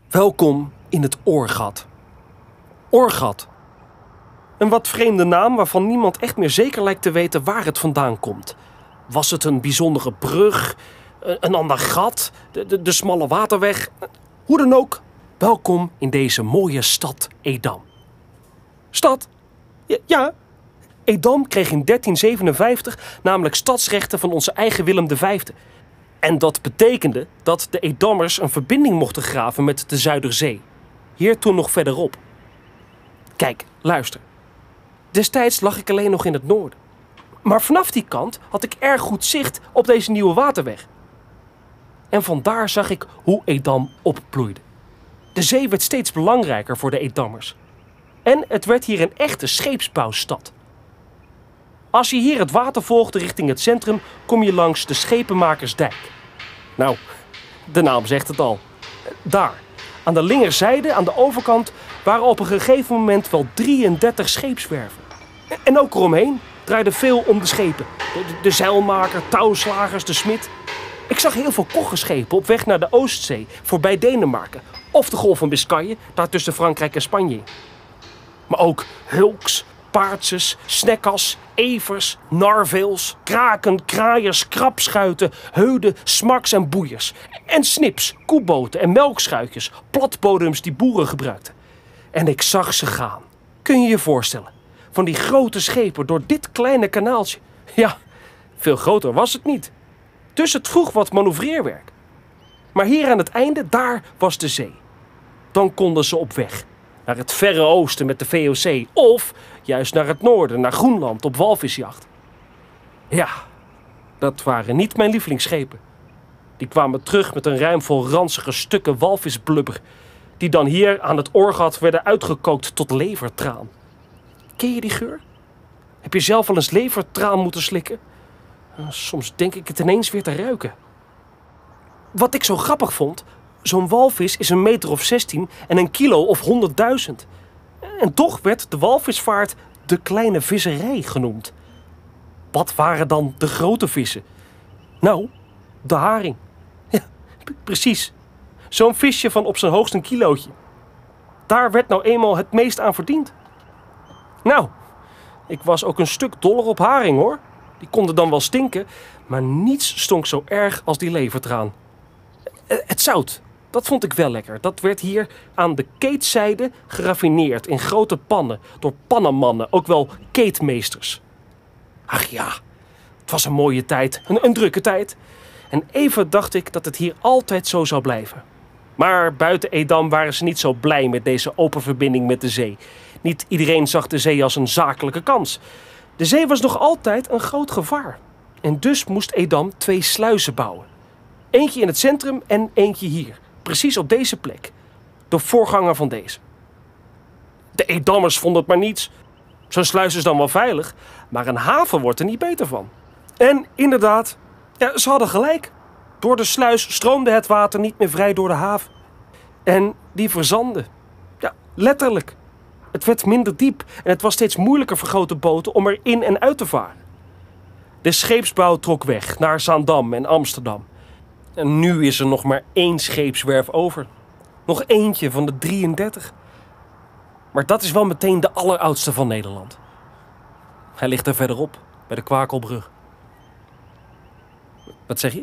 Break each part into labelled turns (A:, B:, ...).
A: Welkom in het Oorgat. Oorgat. Een wat vreemde naam waarvan niemand echt meer zeker lijkt te weten waar het vandaan komt. Was het een bijzondere brug? Een ander gat? De smalle waterweg? Hoe dan ook, welkom in deze mooie stad Edam. Stad? Ja. Edam kreeg in 1357 namelijk stadsrechten van onze eigen Willem V. En dat betekende dat de Edammers een verbinding mochten graven met de Zuiderzee. Hier toen nog verderop. Kijk, luister. Destijds lag ik alleen nog in het noorden. Maar vanaf die kant had ik erg goed zicht op deze nieuwe waterweg. En vandaar zag ik hoe Edam opbloeide. De zee werd steeds belangrijker voor de Edammers. En het werd hier een echte scheepsbouwstad. Als je hier het water volgde richting het centrum, kom je langs de Schepenmakersdijk. Nou, de naam zegt het al. Daar, aan de linkerzijde, aan de overkant, waren op een gegeven moment wel 33 scheepswerven. En ook eromheen draaide veel om de schepen. De zeilmaker, touwslagers, de smid. Ik zag heel veel koggenschepen op weg naar de Oostzee, voorbij Denemarken. Of de Golf van Biscayen, daar tussen Frankrijk en Spanje. Maar ook hulks, paartses, snekkas, evers, narveels, kraken, kraaiers, krabschuiten, heuden, smaks en boeiers. En snips, koeboten en melkschuitjes, platbodems die boeren gebruikten. En ik zag ze gaan. Kun je je voorstellen? Van die grote schepen door dit kleine kanaaltje. Ja, veel groter was het niet. Dus het vroeg wat manoeuvreerwerk. Maar hier aan het einde, daar was de zee. Dan konden ze op weg. Naar het verre oosten met de VOC. Of juist naar het noorden, naar Groenland op walvisjacht. Ja, dat waren niet mijn lievelingsschepen. Die kwamen terug met een ruim vol ranzige stukken walvisblubber. Die dan hier aan het Oorgat werden uitgekookt tot levertraan. Ken je die geur? Heb je zelf wel eens levertraan moeten slikken? Soms denk ik het ineens weer te ruiken. Wat ik zo grappig vond, zo'n walvis is 1,16 meter en 1 kilo of 100.000. En toch werd de walvisvaart de kleine visserij genoemd. Wat waren dan de grote vissen? Nou, de haring. Ja, precies. Zo'n visje van op zijn hoogst 1 kilootje. Daar werd nou eenmaal het meest aan verdiend. Nou, ik was ook een stuk doller op haring hoor. Die konden dan wel stinken, maar niets stonk zo erg als die levertraan. Het zout, dat vond ik wel lekker. Dat werd hier aan de keetzijde geraffineerd in grote pannen door pannenmannen, ook wel keetmeesters. Ach ja, het was een mooie tijd, een drukke tijd. En even dacht ik dat het hier altijd zo zou blijven. Maar buiten Edam waren ze niet zo blij met deze open verbinding met de zee. Niet iedereen zag de zee als een zakelijke kans. De zee was nog altijd een groot gevaar. En dus moest Edam 2 sluizen bouwen. Eentje in het centrum en eentje hier. Precies op deze plek. De voorganger van deze. De Edammers vonden het maar niets. Zo'n sluis is dan wel veilig, maar een haven wordt er niet beter van. En inderdaad, ja, ze hadden gelijk. Door de sluis stroomde het water niet meer vrij door de haven. En die verzandde. Ja, letterlijk. Het werd minder diep en het was steeds moeilijker voor grote boten om er in en uit te varen. De scheepsbouw trok weg naar Zaandam en Amsterdam. En nu is er nog maar 1 scheepswerf over. Nog eentje van de 33. Maar dat is wel meteen de alleroudste van Nederland. Hij ligt er verderop, bij de Kwakelbrug. Wat zeg je?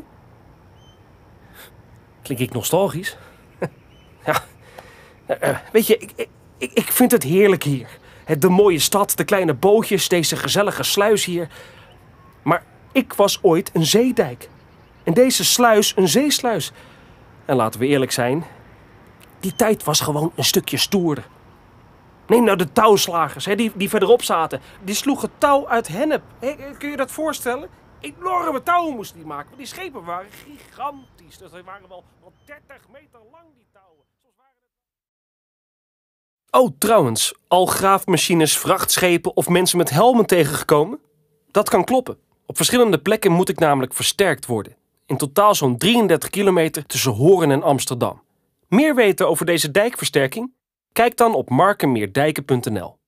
A: Klink ik nostalgisch? Ja, weet je, ik vind het heerlijk hier. De mooie stad, de kleine bootjes, deze gezellige sluis hier. Maar ik was ooit een zeedijk. En deze sluis een zeesluis. En laten we eerlijk zijn, die tijd was gewoon een stukje stoerder. Neem nou de touwslagers, die verderop zaten. Die sloegen touw uit hennep. Kun je dat voorstellen? Enorme touwen moesten die maken. Want die schepen waren gigantisch. Dus die waren wel 30 meter lang, die touwen. Oh, trouwens, al graafmachines, vrachtschepen of mensen met helmen tegengekomen? Dat kan kloppen. Op verschillende plekken moet ik namelijk versterkt worden. In totaal zo'n 33 kilometer tussen Hoorn en Amsterdam. Meer weten over deze dijkversterking? Kijk dan op markenmeerdijken.nl.